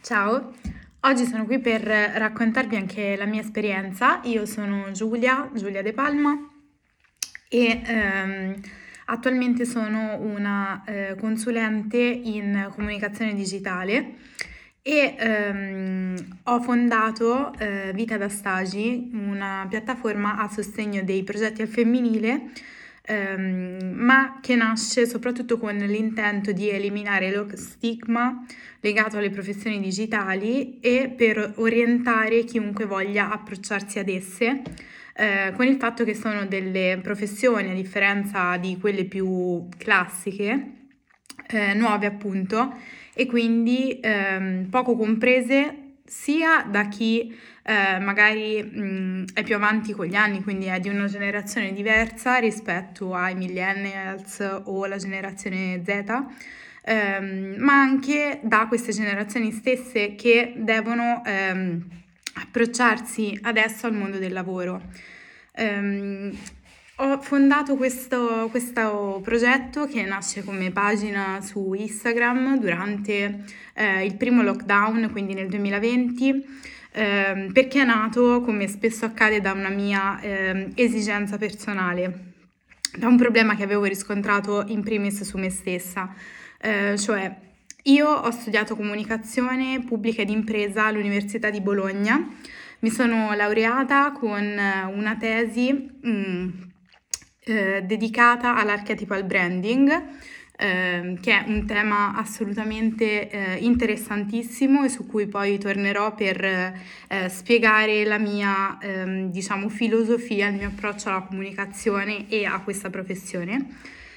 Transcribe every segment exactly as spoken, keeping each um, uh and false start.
Ciao, oggi sono qui per raccontarvi anche la mia esperienza. Io sono Giulia, Giulia De Palma e ehm, attualmente sono una eh, consulente in comunicazione digitale e ehm, ho fondato eh, Vita da Stagi, una piattaforma a sostegno dei progetti al femminile, ehm, ma che nasce soprattutto con l'intento di eliminare lo stigma legato alle professioni digitali e per orientare chiunque voglia approcciarsi ad esse, eh, con il fatto che sono delle professioni, a differenza di quelle più classiche, eh, nuove appunto, e quindi ehm, poco comprese sia da chi eh, magari mh, è più avanti con gli anni, quindi è di una generazione diversa rispetto ai millennials o la generazione Z, ehm, ma anche da queste generazioni stesse che devono ehm, approcciarsi adesso al mondo del lavoro. Um, ho fondato questo, questo progetto che nasce come pagina su Instagram durante eh, il primo lockdown, quindi nel duemilaventi, ehm, perché è nato, come spesso accade, da una mia ehm, esigenza personale, da un problema che avevo riscontrato in primis su me stessa, eh, cioè io ho studiato comunicazione pubblica ed impresa all'Università di Bologna, mi sono laureata con una tesi mh, eh, dedicata all'archetypal branding, eh, che è un tema assolutamente eh, interessantissimo e su cui poi tornerò per eh, spiegare la mia, ehm, diciamo, filosofia, il mio approccio alla comunicazione e a questa professione.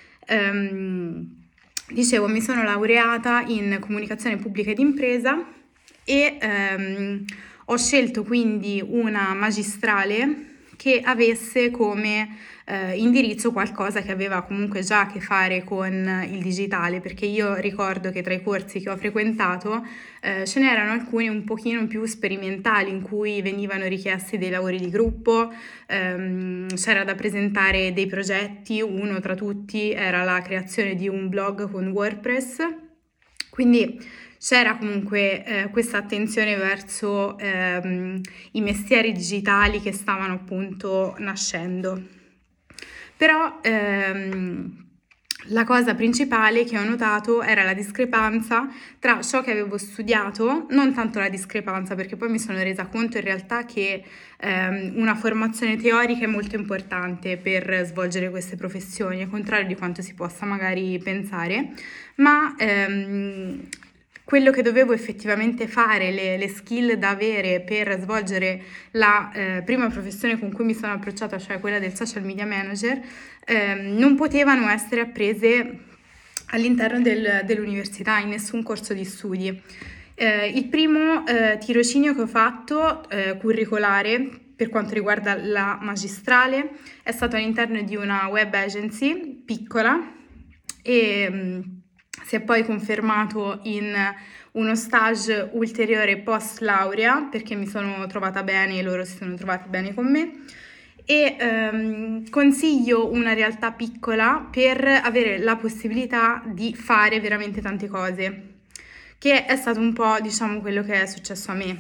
Um, dicevo, mi sono laureata in comunicazione pubblica ed impresa e ehm, ho scelto quindi una magistrale che avesse come eh, indirizzo qualcosa che aveva comunque già a che fare con il digitale, perché io ricordo che tra i corsi che ho frequentato eh, ce n'erano alcuni un pochino più sperimentali in cui venivano richiesti dei lavori di gruppo, ehm, c'era da presentare dei progetti, uno tra tutti era la creazione di un blog con WordPress, quindi c'era comunque eh, questa attenzione verso ehm, i mestieri digitali che stavano appunto nascendo. Però ehm, la cosa principale che ho notato era la discrepanza tra ciò che avevo studiato, non tanto la discrepanza, perché poi mi sono resa conto in realtà che ehm, una formazione teorica è molto importante per svolgere queste professioni, al contrario di quanto si possa magari pensare, ma ehm, quello che dovevo effettivamente fare, le, le skill da avere per svolgere la eh, prima professione con cui mi sono approcciata, cioè quella del social media manager, ehm, non potevano essere apprese all'interno del, dell'università, in nessun corso di studi. Eh, il primo eh, tirocinio che ho fatto, eh, curricolare, per quanto riguarda la magistrale, è stato all'interno di una web agency piccola e mh, si è poi confermato in uno stage ulteriore post laurea perché mi sono trovata bene e loro si sono trovati bene con me e ehm, consiglio una realtà piccola per avere la possibilità di fare veramente tante cose, che è stato un po', diciamo, quello che è successo a me.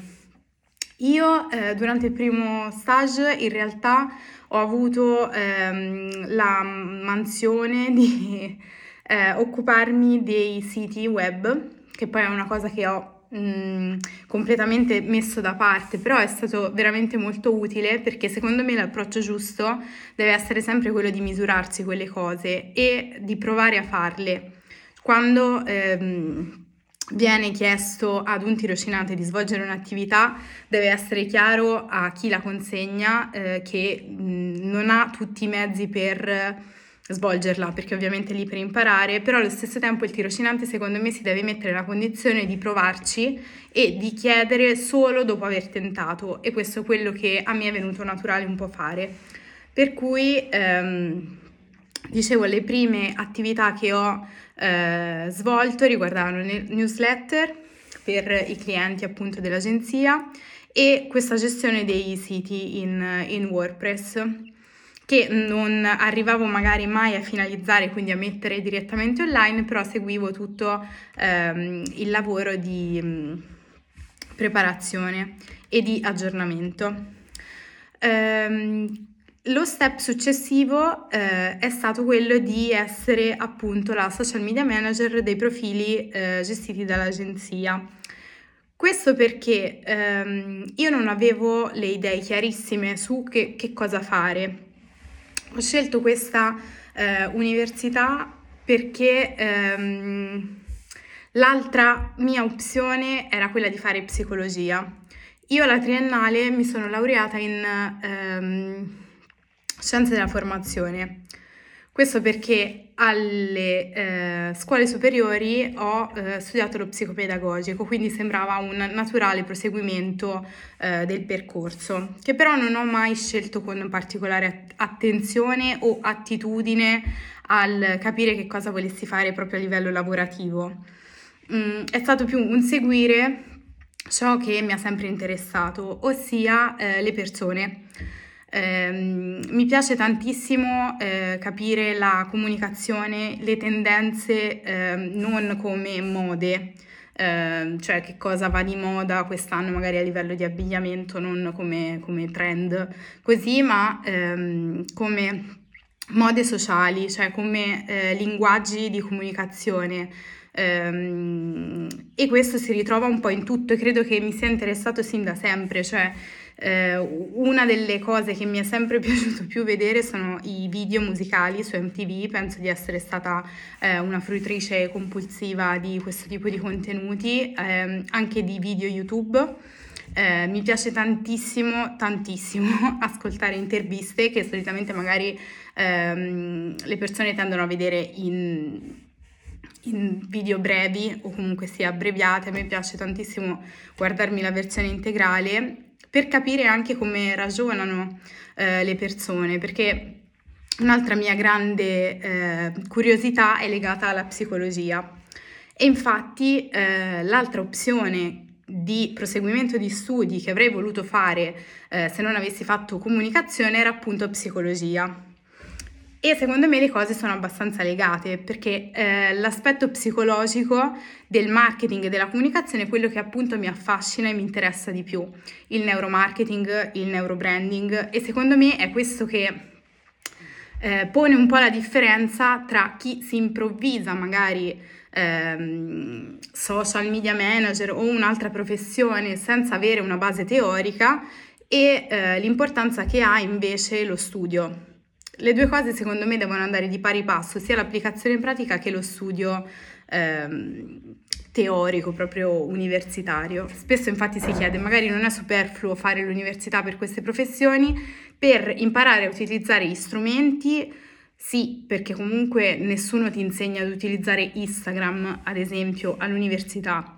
Io eh, durante il primo stage in realtà ho avuto ehm, la mansione di eh, occuparmi dei siti web, che poi è una cosa che ho mh, completamente messo da parte, però è stato veramente molto utile perché secondo me l'approccio giusto deve essere sempre quello di misurarsi quelle cose e di provare a farle. Quando ehm, viene chiesto ad un tirocinante di svolgere un'attività, deve essere chiaro a chi la consegna eh, che mh, non ha tutti i mezzi per svolgerla, perché ovviamente è lì per imparare, però allo stesso tempo il tirocinante secondo me si deve mettere nella condizione di provarci e di chiedere solo dopo aver tentato, e questo è quello che a me è venuto naturale un po' fare. Per cui ehm, dicevo, le prime attività che ho eh, svolto riguardavano newsletter per i clienti appunto dell'agenzia e questa gestione dei siti in, in WordPress, che non arrivavo magari mai a finalizzare, quindi a mettere direttamente online, però seguivo tutto ehm, il lavoro di, preparazione e di aggiornamento. Ehm, lo step successivo eh, è stato quello di essere appunto la social media manager dei profili eh, gestiti dall'agenzia. Questo perché ehm, io non avevo le idee chiarissime su che, che cosa fare. Ho scelto questa eh, università perché ehm, l'altra mia opzione era quella di fare psicologia. Io alla triennale mi sono laureata in ehm, scienze della formazione. Questo perché alle eh, scuole superiori ho eh, studiato lo psicopedagogico, quindi sembrava un naturale proseguimento eh, del percorso, che però non ho mai scelto con particolare attenzione o attitudine al capire che cosa volessi fare proprio a livello lavorativo. Mm, è stato più un seguire ciò che mi ha sempre interessato, ossia eh, le persone. Eh, mi piace tantissimo eh, capire la comunicazione, le tendenze eh, non come mode, eh, cioè che cosa va di moda quest'anno magari a livello di abbigliamento, non come, come trend così, ma ehm, come mode sociali, cioè come eh, linguaggi di comunicazione. Ehm, e questo si ritrova un po' in tutto e credo che mi sia interessato sin da sempre, cioè eh, una delle cose che mi è sempre piaciuto più vedere sono i video musicali su M T V. Penso di essere stata eh, una fruitrice compulsiva di questo tipo di contenuti, ehm, anche di video YouTube. Eh, mi piace tantissimo, tantissimo ascoltare interviste che solitamente magari ehm, le persone tendono a vedere in, in video brevi o comunque sia abbreviate. A me piace tantissimo guardarmi la versione integrale per capire anche come ragionano eh, le persone, perché un'altra mia grande eh, curiosità è legata alla psicologia. E infatti eh, l'altra opzione di proseguimento di studi che avrei voluto fare eh, se non avessi fatto comunicazione era appunto psicologia. E secondo me le cose sono abbastanza legate, perché eh, l'aspetto psicologico del marketing e della comunicazione è quello che appunto mi affascina e mi interessa di più, il neuromarketing, il neurobranding, e secondo me è questo che eh, pone un po' la differenza tra chi si improvvisa magari ehm, social media manager o un'altra professione senza avere una base teorica e eh, l'importanza che ha invece lo studio. Le due cose secondo me devono andare di pari passo, sia l'applicazione pratica che lo studio ehm, teorico, proprio universitario. Spesso infatti si chiede, magari non è superfluo fare l'università per queste professioni, per imparare a utilizzare gli strumenti, sì, perché comunque nessuno ti insegna ad utilizzare Instagram, ad esempio, all'università.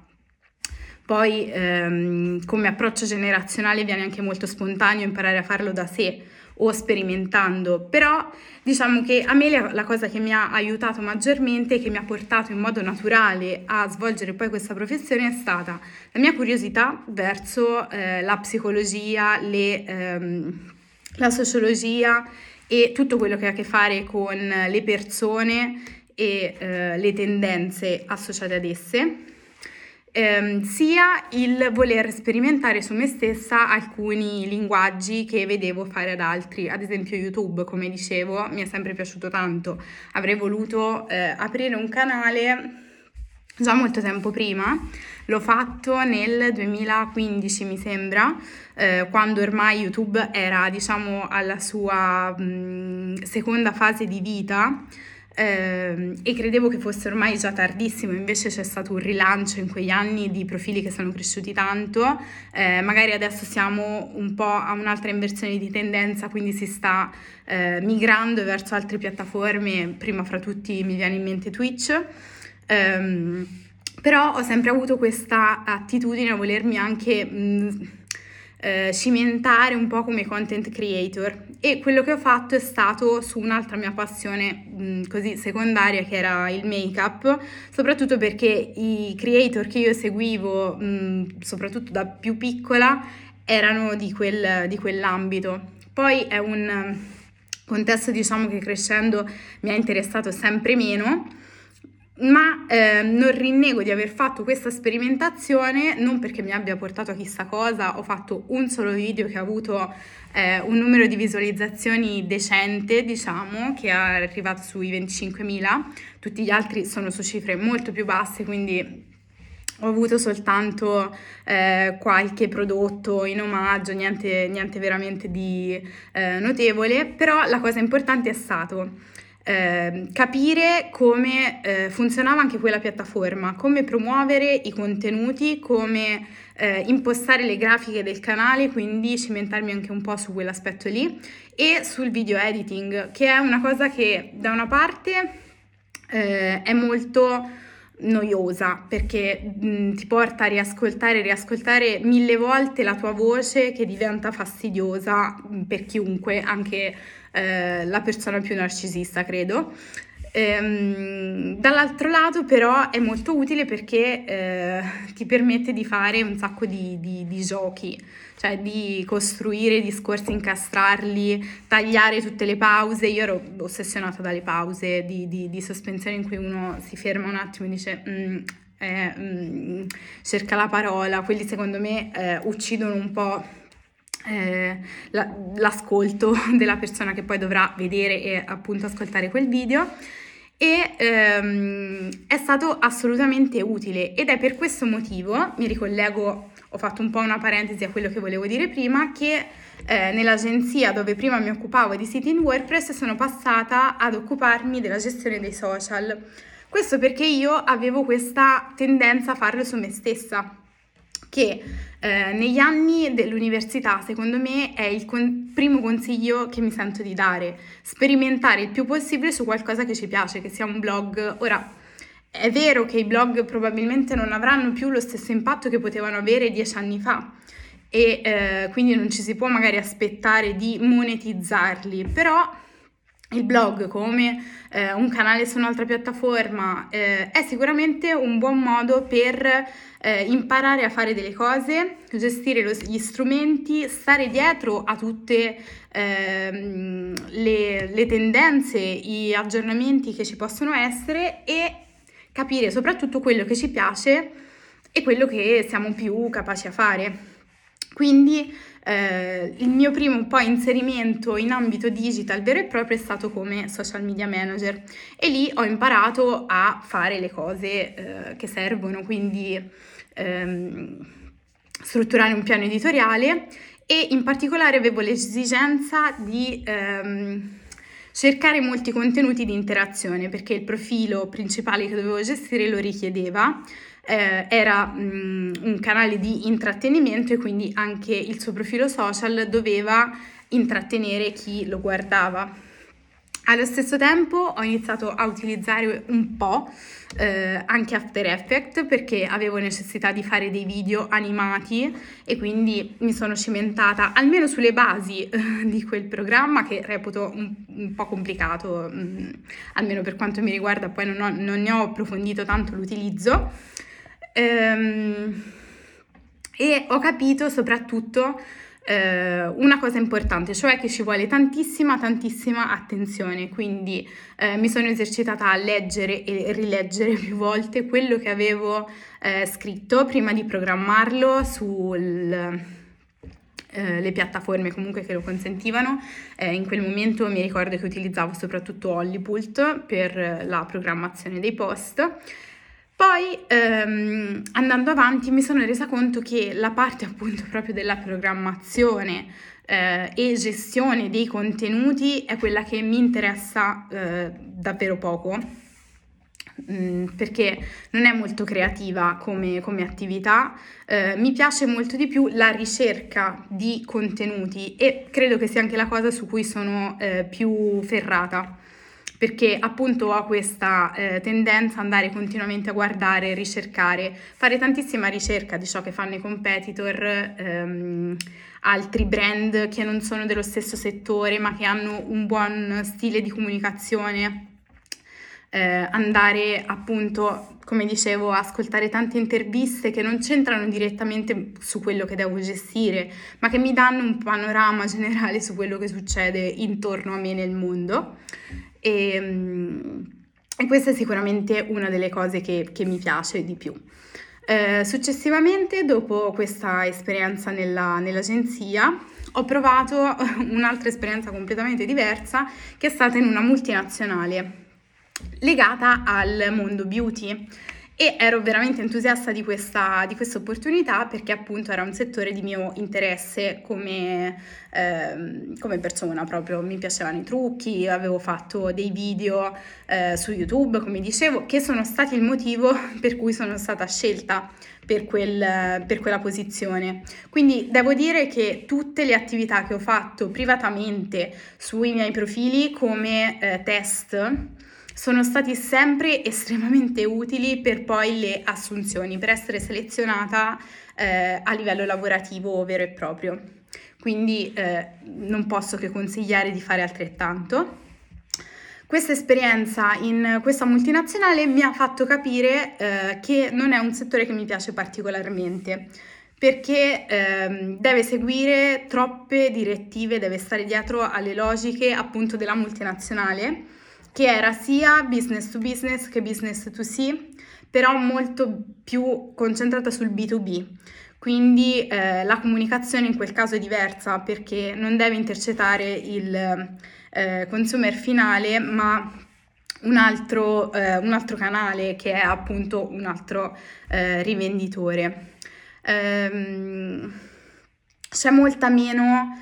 Poi ehm, come approccio generazionale viene anche molto spontaneo imparare a farlo da sé o sperimentando, però diciamo che a me la, la cosa che mi ha aiutato maggiormente e che mi ha portato in modo naturale a svolgere poi questa professione è stata la mia curiosità verso eh, la psicologia, le, ehm, la sociologia e tutto quello che ha a che fare con le persone e eh, le tendenze associate ad esse. Ehm, sia il voler sperimentare su me stessa alcuni linguaggi che vedevo fare ad altri, ad esempio YouTube, come dicevo, mi è sempre piaciuto tanto, avrei voluto eh, aprire un canale già molto tempo prima, l'ho fatto nel duemilaquindici mi sembra, eh, quando ormai YouTube era diciamo alla sua mh, seconda fase di vita. Eh, e credevo che fosse ormai già tardissimo, invece c'è stato un rilancio in quegli anni di profili che sono cresciuti tanto, eh, magari adesso siamo un po' a un'altra inversione di tendenza, quindi si sta eh, migrando verso altre piattaforme, prima fra tutti mi viene in mente Twitch, eh, però ho sempre avuto questa attitudine a volermi anche mh, eh, cimentare un po' come content creator, e quello che ho fatto è stato su un'altra mia passione mh, così secondaria, che era il make-up, soprattutto perché i creator che io seguivo mh, soprattutto da più piccola erano di, quel, di quell'ambito. Poi è un contesto diciamo che crescendo mi ha interessato sempre meno, ma eh, non rinnego di aver fatto questa sperimentazione, non perché mi abbia portato a chissà cosa. Ho fatto un solo video che ha avuto eh, un numero di visualizzazioni decente, diciamo, che è arrivato sui venticinquemila, tutti gli altri sono su cifre molto più basse, quindi ho avuto soltanto eh, qualche prodotto in omaggio, niente, niente veramente di eh, notevole, però la cosa importante è stato eh, capire come eh, funzionava anche quella piattaforma, come promuovere i contenuti, come eh, impostare le grafiche del canale, quindi cimentarmi anche un po' su quell'aspetto lì, e sul video editing, che è una cosa che da una parte eh, è molto noiosa, perché mh, ti porta a riascoltare, riascoltare mille volte la tua voce, che diventa fastidiosa mh, per chiunque, anche eh, la persona più narcisista, credo. Ehm, dall'altro lato però è molto utile perché eh, ti permette di fare un sacco di, di, di giochi, cioè di costruire discorsi, incastrarli, tagliare tutte le pause. Io ero ossessionata dalle pause di, di, di sospensione in cui uno si ferma un attimo e dice mm, eh, mm, cerca la parola. Quelli secondo me eh, uccidono un po' eh, la, l'ascolto della persona che poi dovrà vedere e appunto ascoltare quel video. E ehm, è stato assolutamente utile, ed è per questo motivo, mi ricollego, ho fatto un po' una parentesi a quello che volevo dire prima, che eh, nell'agenzia dove prima mi occupavo di siti in WordPress sono passata ad occuparmi della gestione dei social. Questo perché io avevo questa tendenza a farlo su me stessa, che eh, negli anni dell'università secondo me è il con- primo consiglio che mi sento di dare: sperimentare il più possibile su qualcosa che ci piace, che sia un blog. Ora, è vero che i blog probabilmente non avranno più lo stesso impatto che potevano avere dieci anni fa, e eh, quindi non ci si può magari aspettare di monetizzarli, però il blog come eh, un canale su un'altra piattaforma eh, è sicuramente un buon modo per eh, imparare a fare delle cose, gestire lo, gli strumenti, stare dietro a tutte ehm, le, le tendenze, gli aggiornamenti che ci possono essere, e capire soprattutto quello che ci piace e quello che siamo più capaci a fare. Quindi eh, il mio primo poi inserimento in ambito digital vero e proprio è stato come social media manager, e lì ho imparato a fare le cose eh, che servono, quindi ehm, strutturare un piano editoriale, e in particolare avevo l'esigenza di ehm, cercare molti contenuti di interazione, perché il profilo principale che dovevo gestire lo richiedeva. Eh, era mh, un canale di intrattenimento, e quindi anche il suo profilo social doveva intrattenere chi lo guardava. Allo stesso tempo ho iniziato a utilizzare un po' eh, anche After Effects, perché avevo necessità di fare dei video animati, e quindi mi sono cimentata almeno sulle basi eh, di quel programma, che reputo un, un po' complicato, mh, almeno per quanto mi riguarda. Poi non, ho, non ne ho approfondito tanto l'utilizzo. Ehm, e ho capito soprattutto eh, una cosa importante, cioè che ci vuole tantissima, tantissima attenzione. Quindi eh, mi sono esercitata a leggere e rileggere più volte quello che avevo eh, scritto prima di programmarlo sulle eh, piattaforme comunque che lo consentivano. Eh, in quel momento mi ricordo che utilizzavo soprattutto Hollipult per la programmazione dei post. Poi ehm, andando avanti mi sono resa conto che la parte appunto proprio della programmazione eh, e gestione dei contenuti è quella che mi interessa eh, davvero poco, mh, perché non è molto creativa come, come attività. Eh, mi piace molto di più la ricerca di contenuti, e credo che sia anche la cosa su cui sono eh, più ferrata, perché appunto ho questa eh, tendenza ad andare continuamente a guardare, ricercare, fare tantissima ricerca di ciò che fanno i competitor, ehm, altri brand che non sono dello stesso settore ma che hanno un buon stile di comunicazione, eh, andare appunto, come dicevo, a ascoltare tante interviste che non c'entrano direttamente su quello che devo gestire, ma che mi danno un panorama generale su quello che succede intorno a me nel mondo. E, e questa è sicuramente una delle cose che, che mi piace di più. Eh, successivamente, dopo questa esperienza nella, nell'agenzia, ho provato un'altra esperienza completamente diversa, che è stata in una multinazionale legata al mondo beauty, e ero veramente entusiasta di questa, di questa opportunità, perché appunto era un settore di mio interesse come, ehm, come persona. Proprio mi piacevano i trucchi, avevo fatto dei video eh, su YouTube, come dicevo, che sono stati il motivo per cui sono stata scelta per, quel, per quella posizione. Quindi devo dire che tutte le attività che ho fatto privatamente sui miei profili come eh, test sono stati sempre estremamente utili per poi le assunzioni, per essere selezionata eh, a livello lavorativo vero e proprio. Quindi eh, non posso che consigliare di fare altrettanto. Questa esperienza in questa multinazionale mi ha fatto capire eh, che non è un settore che mi piace particolarmente, perché ehm, deve seguire troppe direttive, deve stare dietro alle logiche appunto della multinazionale, che era sia business to business che business to C, però molto più concentrata sul B to B. Quindi eh, la comunicazione in quel caso è diversa, perché non deve intercettare il eh, consumer finale, ma un altro, eh, un altro canale, che è appunto un altro eh, rivenditore. Ehm, c'è molta meno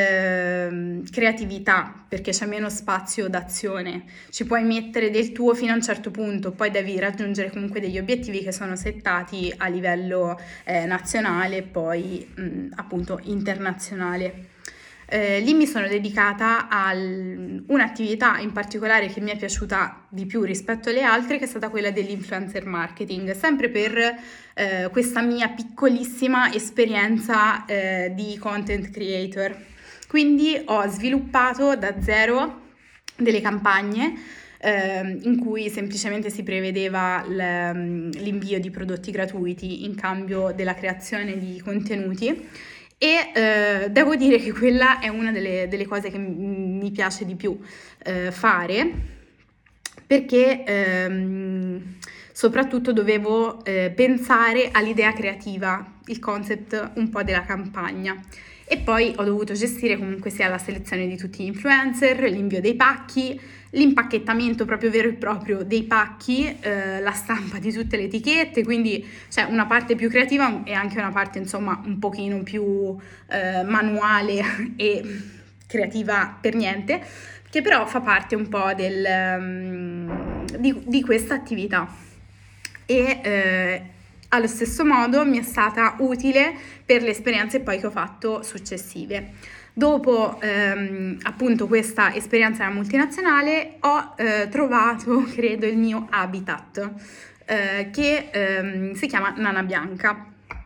eh, creatività, perché c'è meno spazio d'azione. Ci puoi mettere del tuo fino a un certo punto, poi devi raggiungere comunque degli obiettivi che sono settati a livello eh, nazionale e poi mh, appunto internazionale. Eh, lì mi sono dedicata a un'attività in particolare che mi è piaciuta di più rispetto alle altre, che è stata quella dell'influencer marketing, sempre per eh, questa mia piccolissima esperienza eh, di content creator. Quindi ho sviluppato da zero delle campagne eh, in cui semplicemente si prevedeva l'invio di prodotti gratuiti in cambio della creazione di contenuti. E eh, devo dire che quella è una delle, delle cose che m- mi piace di più eh, fare, perché ehm, soprattutto dovevo eh, pensare all'idea creativa, il concept un po' della campagna. E poi ho dovuto gestire comunque sia la selezione di tutti gli influencer, l'invio dei pacchi, l'impacchettamento proprio vero e proprio dei pacchi, eh, la stampa di tutte le etichette, quindi c'è una parte più creativa e anche una parte insomma un pochino più eh, manuale e creativa per niente, che però fa parte un po' del, um, di, di questa attività. E eh, allo stesso modo mi è stata utile per le esperienze poi che ho fatto successive. Dopo ehm, appunto questa esperienza nella multinazionale ho eh, trovato, credo, il mio habitat, eh, che ehm, si chiama Nana Bianca.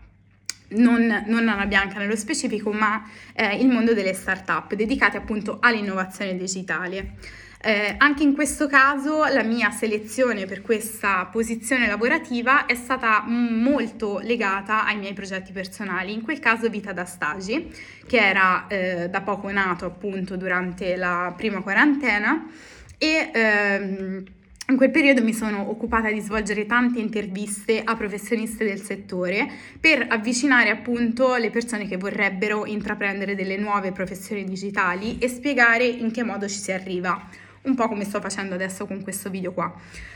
Non, non Nana Bianca nello specifico, ma eh, il mondo delle start-up dedicate appunto all'innovazione digitale. Eh, anche in questo caso la mia selezione per questa posizione lavorativa è stata molto legata ai miei progetti personali, in quel caso Vita da Stagi, che era eh, da poco nato appunto durante la prima quarantena, e ehm, in quel periodo mi sono occupata di svolgere tante interviste a professionisti del settore per avvicinare appunto le persone che vorrebbero intraprendere delle nuove professioni digitali e spiegare in che modo ci si arriva. Un po' come sto facendo adesso con questo video qua.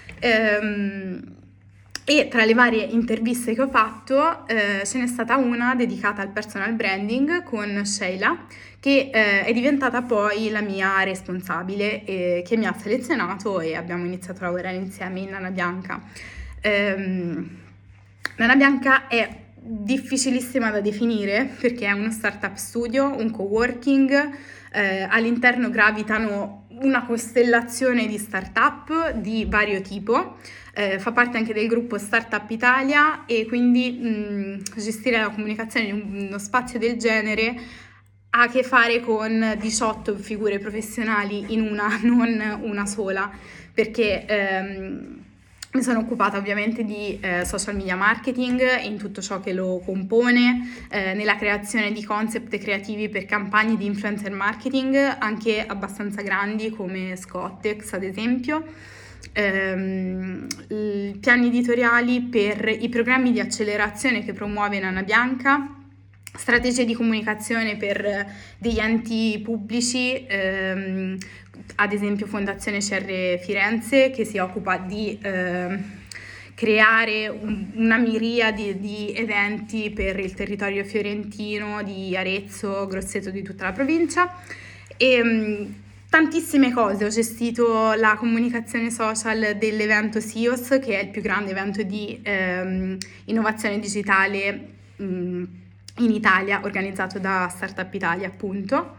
Ehm, e tra le varie interviste che ho fatto eh, ce n'è stata una dedicata al personal branding con Sheila, che eh, è diventata poi la mia responsabile e che mi ha selezionato, e abbiamo iniziato a lavorare insieme in Nana Bianca. Ehm, Nana Bianca è difficilissima da definire, perché è uno startup studio, un coworking, eh, all'interno gravitano una costellazione di startup di vario tipo, eh, fa parte anche del gruppo Startup Italia, e quindi mh, gestire la comunicazione in uno spazio del genere ha a che fare con diciotto figure professionali in una, non una sola, perché ehm, mi sono occupata ovviamente di eh, social media marketing in tutto ciò che lo compone, eh, nella creazione di concept creativi per campagne di influencer marketing, anche abbastanza grandi come Scottex ad esempio, ehm, i piani editoriali per i programmi di accelerazione che promuove Nana Bianca, strategie di comunicazione per degli enti pubblici, ehm, ad esempio Fondazione C R Firenze, che si occupa di ehm, creare un, una miriade di eventi per il territorio fiorentino, di Arezzo, Grosseto, di tutta la provincia, e mh, tantissime cose. Ho gestito la comunicazione social dell'evento S I O S, che è il più grande evento di ehm, innovazione digitale mh, in Italia, organizzato da Startup Italia, appunto.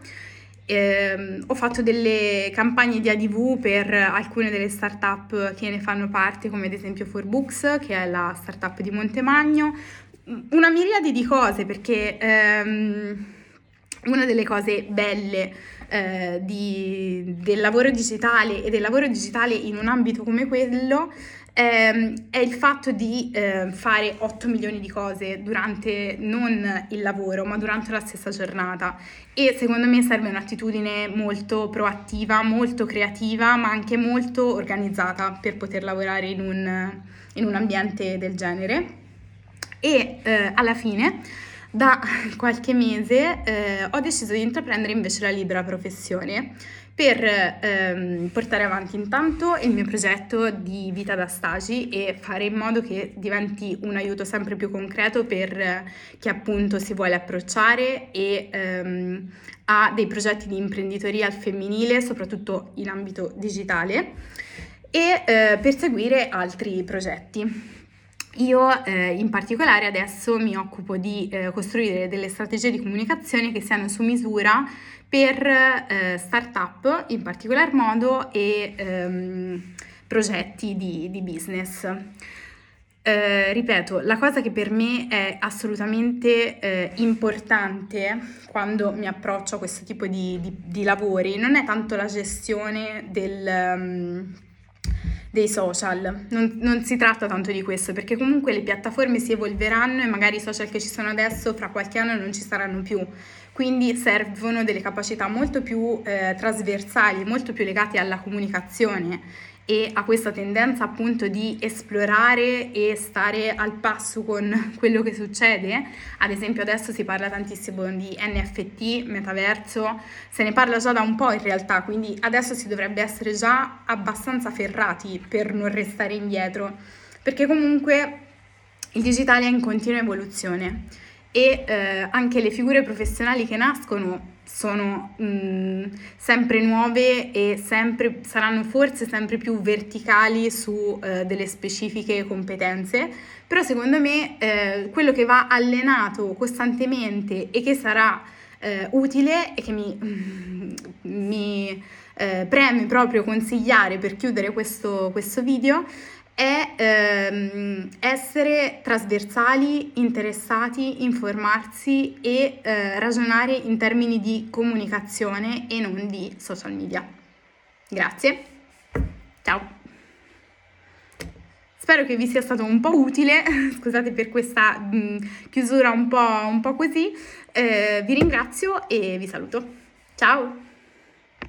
Eh, ho fatto delle campagne di A D V per alcune delle startup che ne fanno parte, come ad esempio four books, che è la startup di Montemagno, una miriade di cose, perché ehm, una delle cose belle eh, di, del lavoro digitale e del lavoro digitale in un ambito come quello ehm, è il fatto di eh, fare otto milioni di cose durante non il lavoro, ma durante la stessa giornata. E secondo me serve un'attitudine molto proattiva, molto creativa, ma anche molto organizzata per poter lavorare in un, in un ambiente del genere. E eh, alla fine, da qualche mese, eh, ho deciso di intraprendere invece la libera professione per ehm, portare avanti intanto il mio progetto di vita da stagi e fare in modo che diventi un aiuto sempre più concreto per chi appunto si vuole approcciare e ehm, ha dei progetti di imprenditoria al femminile, soprattutto in ambito digitale, e eh, perseguire altri progetti. Io eh, in particolare adesso mi occupo di eh, costruire delle strategie di comunicazione che siano su misura per eh, start-up in particolar modo e ehm, progetti di, di business. Eh, ripeto, la cosa che per me è assolutamente eh, importante quando mi approccio a questo tipo di, di, di lavori non è tanto la gestione del... Um, dei social, non, non si tratta tanto di questo, perché comunque le piattaforme si evolveranno e magari i social che ci sono adesso fra qualche anno non ci saranno più, quindi servono delle capacità molto più eh, trasversali, molto più legate alla comunicazione e a questa tendenza appunto di esplorare e stare al passo con quello che succede. Ad esempio adesso si parla tantissimo di N F T, metaverso, se ne parla già da un po' in realtà, quindi adesso si dovrebbe essere già abbastanza ferrati per non restare indietro, perché comunque il digitale è in continua evoluzione e eh, anche le figure professionali che nascono sono mh, sempre nuove e sempre, saranno forse sempre più verticali su eh, delle specifiche competenze, però secondo me eh, quello che va allenato costantemente e che sarà eh, utile e che mi, mm, mi eh, preme proprio consigliare per chiudere questo, questo video è ehm, essere trasversali, interessati, informarsi e eh, ragionare in termini di comunicazione e non di social media. Grazie, ciao! Spero che vi sia stato un po' utile, scusate per questa mh, chiusura un po', un po' così, eh, vi ringrazio e vi saluto. Ciao!